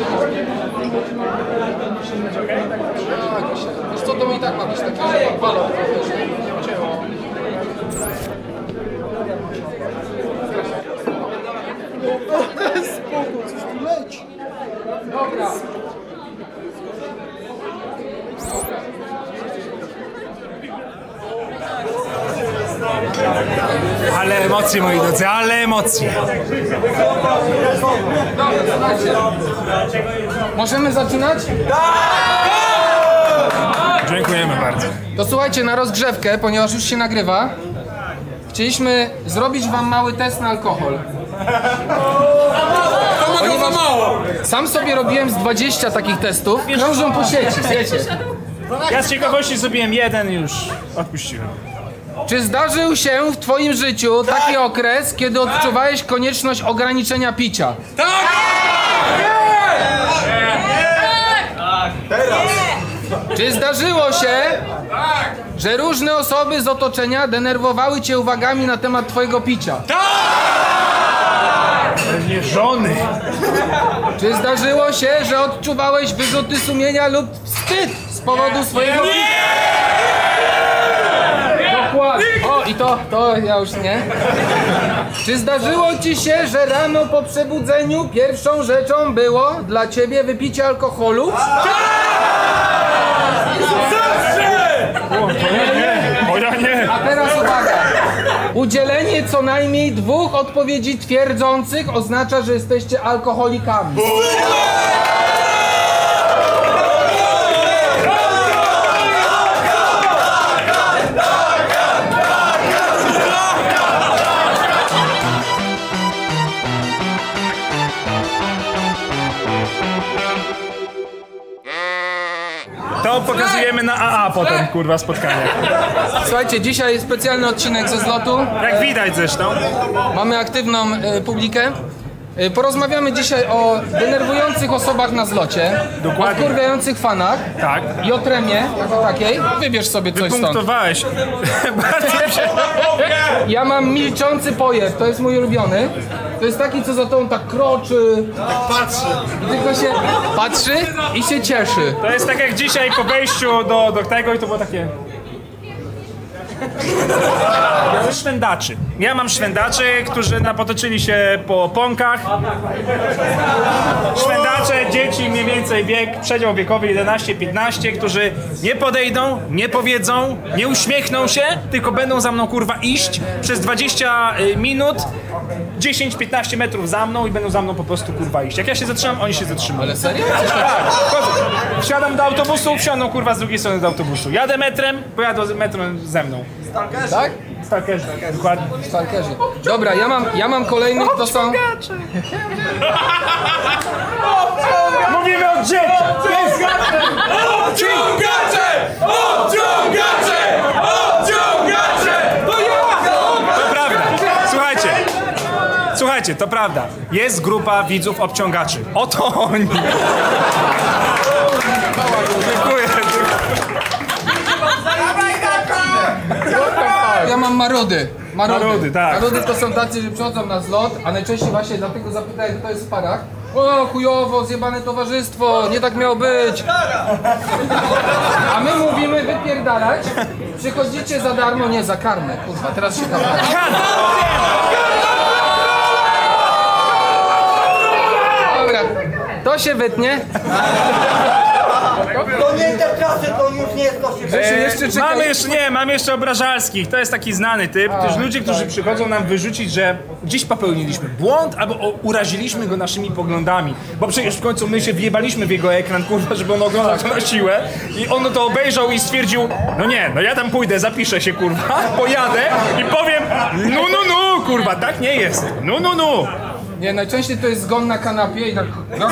Wiesz co, to i tak ma być taki balon, że nie cięło. Spoko, coś tu leci. Dobra. Ale emocje, moi drodzy, ale emocje. Możemy zaczynać? Dziękujemy bardzo. To słuchajcie, na rozgrzewkę, ponieważ już się nagrywa, chcieliśmy zrobić wam mały test na alkohol. Ponieważ sam sobie robiłem z 20 takich testów, krążą po sieci, wiecie. Ja z ciekawości zrobiłem jeden i już odpuściłem. Czy zdarzył się w twoim życiu taki okres, kiedy odczuwałeś konieczność ograniczenia picia? Czy zdarzyło się, że różne osoby z otoczenia denerwowały cię uwagami na temat twojego picia? Pewnie żony. Czy zdarzyło się, że odczuwałeś wyrzuty sumienia lub wstyd z powodu swojego picia? Dokładnie. O, i to ja już nie. Czy zdarzyło ci się, że rano po przebudzeniu pierwszą rzeczą było dla ciebie wypicie alkoholu? O ja nie. A teraz uwaga. Udzielenie co najmniej 2 odpowiedzi twierdzących oznacza, że jesteście alkoholikami. To pokazujemy na AA potem, kurwa, spotkanie. Słuchajcie, dzisiaj specjalny odcinek ze zlotu. Jak widać zresztą. Mamy aktywną publikę. Porozmawiamy dzisiaj o denerwujących osobach na zlocie, Dokładnie. o wkurwiających fanach Tak. i o tremie jako takiej. Wybierz sobie coś stąd. Punktowałeś. Bardzo mi się... Ja mam milczący pojew, to jest mój ulubiony. To jest taki, co za tą tak kroczy. Patrzy. I tylko się patrzy i się cieszy. To jest tak jak dzisiaj po wejściu do tego i to było takie... Szwendaczy. Ja mam szwendaczy, którzy napotoczyli się po pąkach. Szwendacze, dzieci mniej więcej przedział wiekowy 11-15, którzy nie podejdą, nie powiedzą, nie uśmiechną się, tylko będą za mną kurwa iść przez 20 minut, 10-15 metrów za mną i będą za mną po prostu kurwa iść. Jak ja się zatrzymam, oni się zatrzymują. Ale serio? Tak, chodzą. Wsiadam do autobusu, wsiądą kurwa z drugiej strony do autobusu. Jadę metrem, pojadą metrem ze mną. Tak? Stalkerzy, dokładnie. Stalkerzy. Dobra, ja mam kolejnych, to są... Mówimy o dzieciach! Obciągacze! Obciągacze! Obciągacze! To ja! To prawda. Słuchajcie, to prawda. Jest grupa widzów obciągaczy. Oto oni. Dziękuję. Ja mam marody. Marody, tak. Marody to są tacy, że przychodzą na zlot, a najczęściej właśnie dlatego zapytają, kto jest w parach. O, chujowo, zjebane towarzystwo, nie tak miało być. A my mówimy wypierdalać, przychodzicie za darmo, nie za karmę. Kurwa, teraz się karmę. Dobra, to się wytnie. To nie te czasy, to już nie jest to się... Grzesiu, jeszcze czekaj. Mam jeszcze obrażalskich. To jest taki znany typ. To jest ludzie, którzy przychodzą nam wyrzucić, że gdzieś popełniliśmy błąd albo uraziliśmy go naszymi poglądami. Bo przecież w końcu my się wjebaliśmy w jego ekran, kurwa, żeby on oglądał to na siłę. I on to obejrzał i stwierdził, no ja tam pójdę, zapiszę się, kurwa, pojadę i powiem, no, kurwa, tak nie jest. No. Nie, najczęściej to jest zgon na kanapie i tak...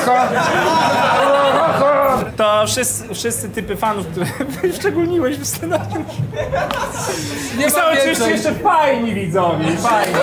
To wszyscy typy fanów, które wyszczególniłeś w scenariuszu. Nie I są ma oczywiście więcej. jeszcze fajni widzowie, fajni.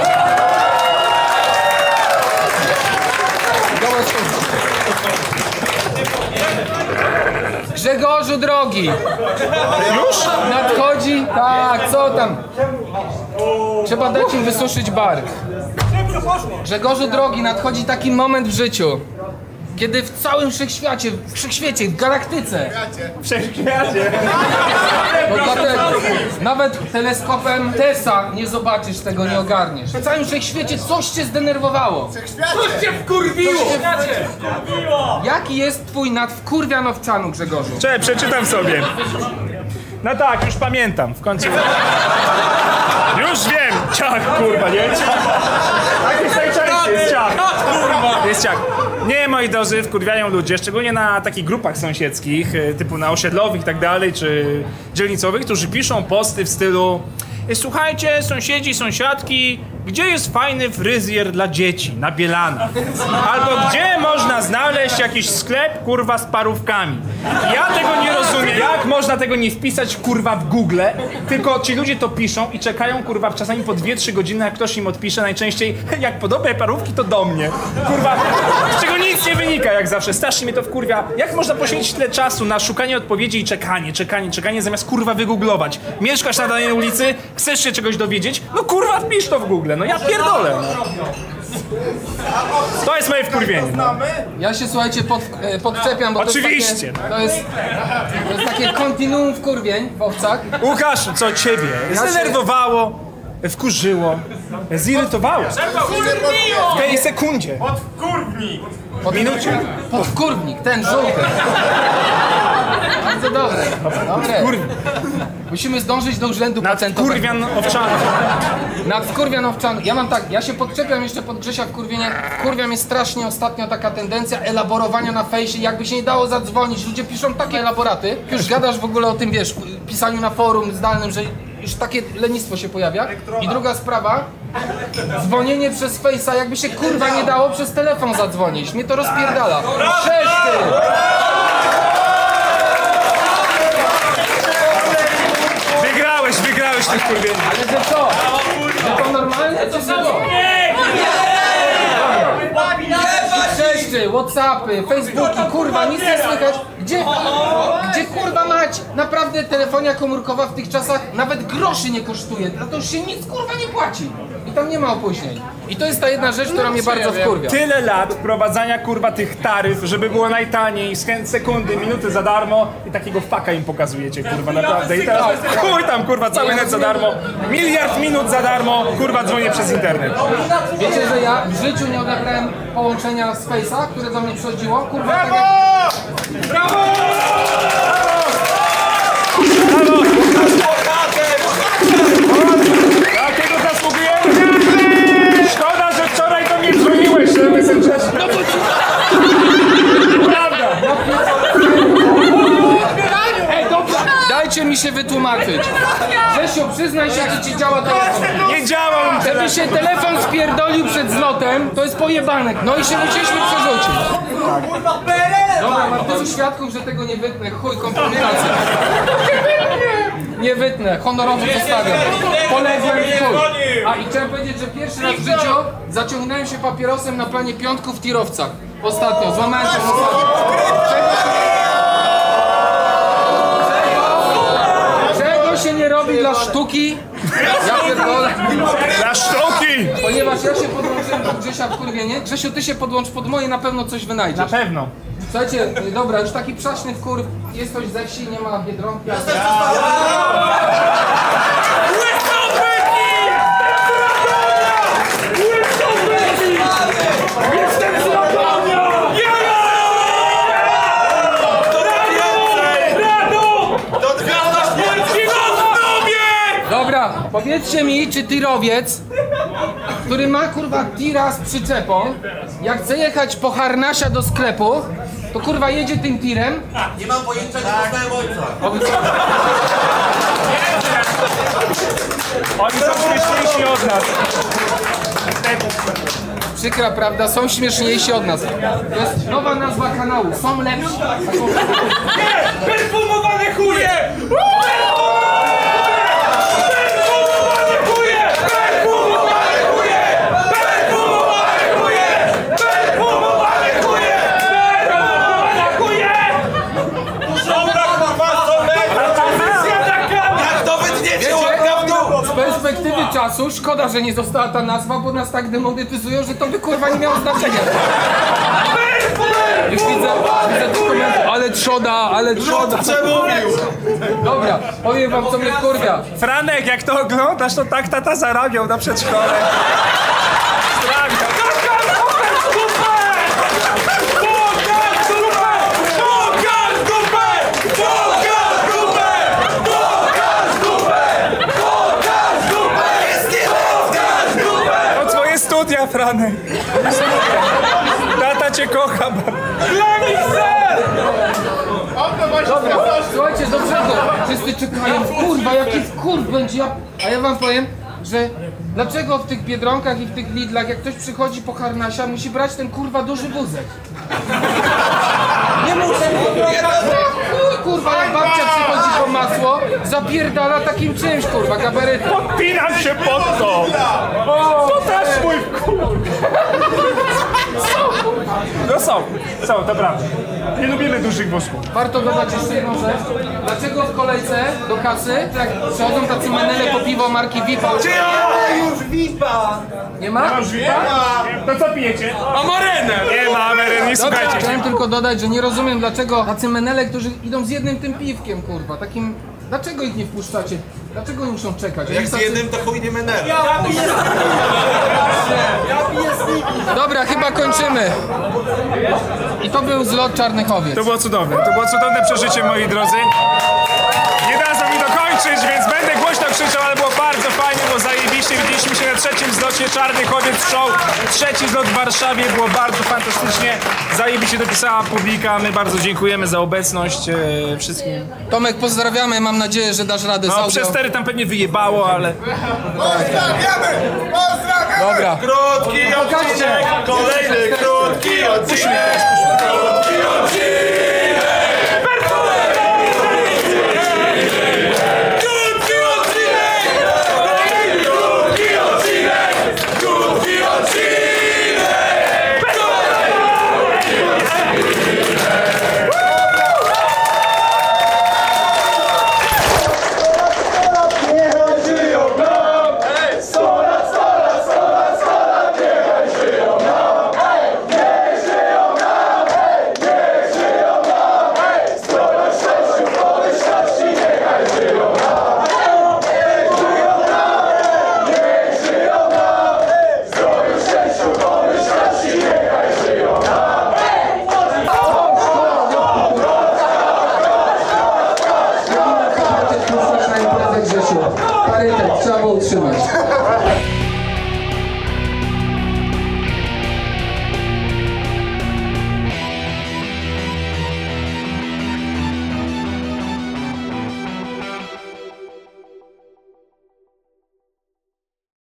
Grzegorzu drogi! Już? Nadchodzi... Tak, co tam? Trzeba dać im wysuszyć bark. Grzegorzu drogi, nadchodzi taki moment w życiu, Kiedy w całym wszechświecie, w galaktyce. Wszechświacie. No dlatego, nawet teleskopem TESA nie zobaczysz tego, nie ogarniesz. W całym wszechświecie coś cię zdenerwowało. Coś cię wkurwiło! Jaki jest twój nadwkurwianowczanu, Grzegorzu? Cześć, przeczytam sobie. No tak, już pamiętam, w końcu. Już wiem! Ciach, kurwa, nie? Tak jest najczęściej, jest ciach. Jest ciach. Nie, moi drodzy, wkurwiają ludzie, szczególnie na takich grupach sąsiedzkich, typu na osiedlowych i tak dalej, czy dzielnicowych, którzy piszą posty w stylu: słuchajcie, sąsiedzi, sąsiadki, gdzie jest fajny fryzjer dla dzieci na Bielana? Albo gdzie można znaleźć jakiś sklep, kurwa, z parówkami? Ja tego nie rozumiem. Jak można tego nie wpisać, kurwa, w Google? Tylko ci ludzie to piszą i czekają, kurwa, czasami po 2-3 godziny, jak ktoś im odpisze, najczęściej jak podobne parówki, to do mnie. Kurwa, z czego nic nie wynika, jak zawsze. Strasznie mnie to wkurwia. Jak można poświęcić tyle czasu na szukanie odpowiedzi i czekanie, zamiast, kurwa, wygooglować? Mieszkasz na danej ulicy, chcesz się czegoś dowiedzieć? No kurwa, wpisz to w Google, no ja pierdolę. No. To jest moje wkurwienie. No. Ja się, słuchajcie, podczepiam, bo Oczywiście. to jest takie kontinuum wkurwień w owcach. Łukasz, co ciebie zdenerwowało, wkurzyło, zirytowało w tej sekundzie. Minucie. Podwkurwnik, ten żółty. Bardzo dobre. Musimy zdążyć do urzędu patentowego. Kurwian owczany. Nadwkurwian owczany. Ja mam tak, ja się podczepiam jeszcze pod Grzesia wkurwienia. Wkurwia mnie strasznie ostatnio taka tendencja elaborowania na fejsie, jakby się nie dało zadzwonić. Ludzie piszą takie elaboraty. Już gadasz w ogóle o tym, wiesz, pisaniu na forum zdalnym, że już takie lenistwo się pojawia. I druga sprawa, dzwonienie przez fejsa, jakby się kurwa nie dało przez telefon zadzwonić. Mnie to rozpierdala. Cześć ty! Wygrałeś tych kurwieni. Ale że co? Że to normalne czy co? Cześć ty, Whatsappy, Facebooki, kurwa, nic nie słychać. Gdzie kurwa mać? Naprawdę telefonia komórkowa w tych czasach nawet groszy nie kosztuje, to już się nic kurwa nie płaci. I tam nie ma opóźnień. I to jest ta jedna rzecz, która mnie bardzo wkurwia. Tyle lat wprowadzania, kurwa, tych taryf, żeby było najtaniej, sekundy, minuty za darmo i takiego faka im pokazujecie, kurwa, naprawdę. I teraz chuj tam, kurwa, cały net za darmo, miliard minut za darmo, kurwa, dzwonię przez internet. Wiecie, że ja w życiu nie odebrałem połączenia z Face'a, które do mnie przychodziło? Kurwa, tak jak... Brawo! Jakiego zasługujemy? Szkoda, że wczoraj do mnie dzwoniłeś, żeby jestem grzeczny. Prawda. Ej, dobrze, dajcie mi się wytłumaczyć. Grzesiu, przyznaj się, czy ci działa telefon. Nie działam. Żeby się telefon spierdolił przed zlotem, to jest pojebanek. No i się musieliśmy przerzucić. Dobra, mam tylu świadków, że tego nie wytnę. Chuj, kompromitacja. Nie wytnę, honorowo zostawiam. Poległem w chuj. A i chciałem powiedzieć, że pierwszy raz w życiu zaciągnąłem się papierosem na planie piątku w tirowcach. Ostatnio, złamałem się w Czego się nie robi dla sztuki? Ja pierdolę. Dla sztuki. Ponieważ ja się podłączyłem do Grzesia w kurwienie. Grzesiu, ty się podłącz pod moje, na pewno coś wynajdziesz. Na pewno. Słuchajcie, dobra, już taki przaśny wkurw. Jest ktoś ze wsi, nie ma Biedronki. Jestem z Radomia! Dobra, powiedzcie mi, czy tirowiec, który ma kurwa tira z przyczepą, jak chce jechać po harnasia do sklepu, to kurwa jedzie tym tirem. Nie mam pojęcia, nie poznałem ojca. Oni są śmieszniejsi od nas. Przykra prawda, są śmieszniejsi od nas. To jest nowa nazwa kanału, są lepsi. Perfumowane chuje! Z perspektywy czasu szkoda, że nie została ta nazwa, bo nas tak demonetyzują, że to by kurwa nie miało znaczenia. Już widzę tu komentarz. Ale trzoda. Dobra, powiem wam co mnie wkurwia. Franek, jak to oglądasz, to tak tata zarabiał na przedszkole. Zarabiał. To twoje studia, Franek. Tata cię kocha. Dobra, słuchajcie, do brzegu. Wszyscy czekają, kurwa, jaki wkurw będzie. A ja wam powiem, że dlaczego w tych Biedronkach i w tych Lidlach, jak ktoś przychodzi po harnasia, musi brać ten kurwa duży wózek. Nie musi, kurwa, jak babcia przychodzi po masło, zapierdala takim czymś, kurwa, gabarytem. Podpinam się pod to. To też mój wkurw. No są, to prawda. Nie lubimy dużych wózków. Warto dodać jeszcze jedną rzecz. Dlaczego w kolejce do kasy, tak przychodzą tacy menele po piwo marki Vipa? Już Vipa! Nie ma? To co pijecie? Amarenę! Nie ma, Amery, nie Dobra, słuchajcie. chciałem tylko dodać, że nie rozumiem dlaczego tacy menele, którzy idą z jednym tym piwkiem, kurwa, takim... Dlaczego ich nie wpuszczacie? Dlaczego oni muszą czekać? Jak z jednym to chuj nie menel. Dobra, chyba kończymy. I to był zlot Czarnych Owiec. To było cudowne przeżycie, moi drodzy. Nie dadzą mi dokończyć, więc będę głośno krzyczał, ale było bardzo fajnie, było zajebiście. Widzieliśmy się na trzecim zlocie Czarnych Owiec Show. Trzeci zlot w Warszawie, było bardzo fantastycznie. Zajebiście dopisała publika, my bardzo dziękujemy za obecność wszystkim. Tomek, pozdrawiamy, mam nadzieję, że dasz radę z No, audio. przez stery tam pewnie wyjebało, ale... Pozdrawiamy! Dobra. Krótki odcinek! Kolejny krótki odcinek! Krótki odcinek! Krótki odcinek! Krótki odcinek! Krótki odcinek! Grzesiu, parytet, trzeba było utrzymać.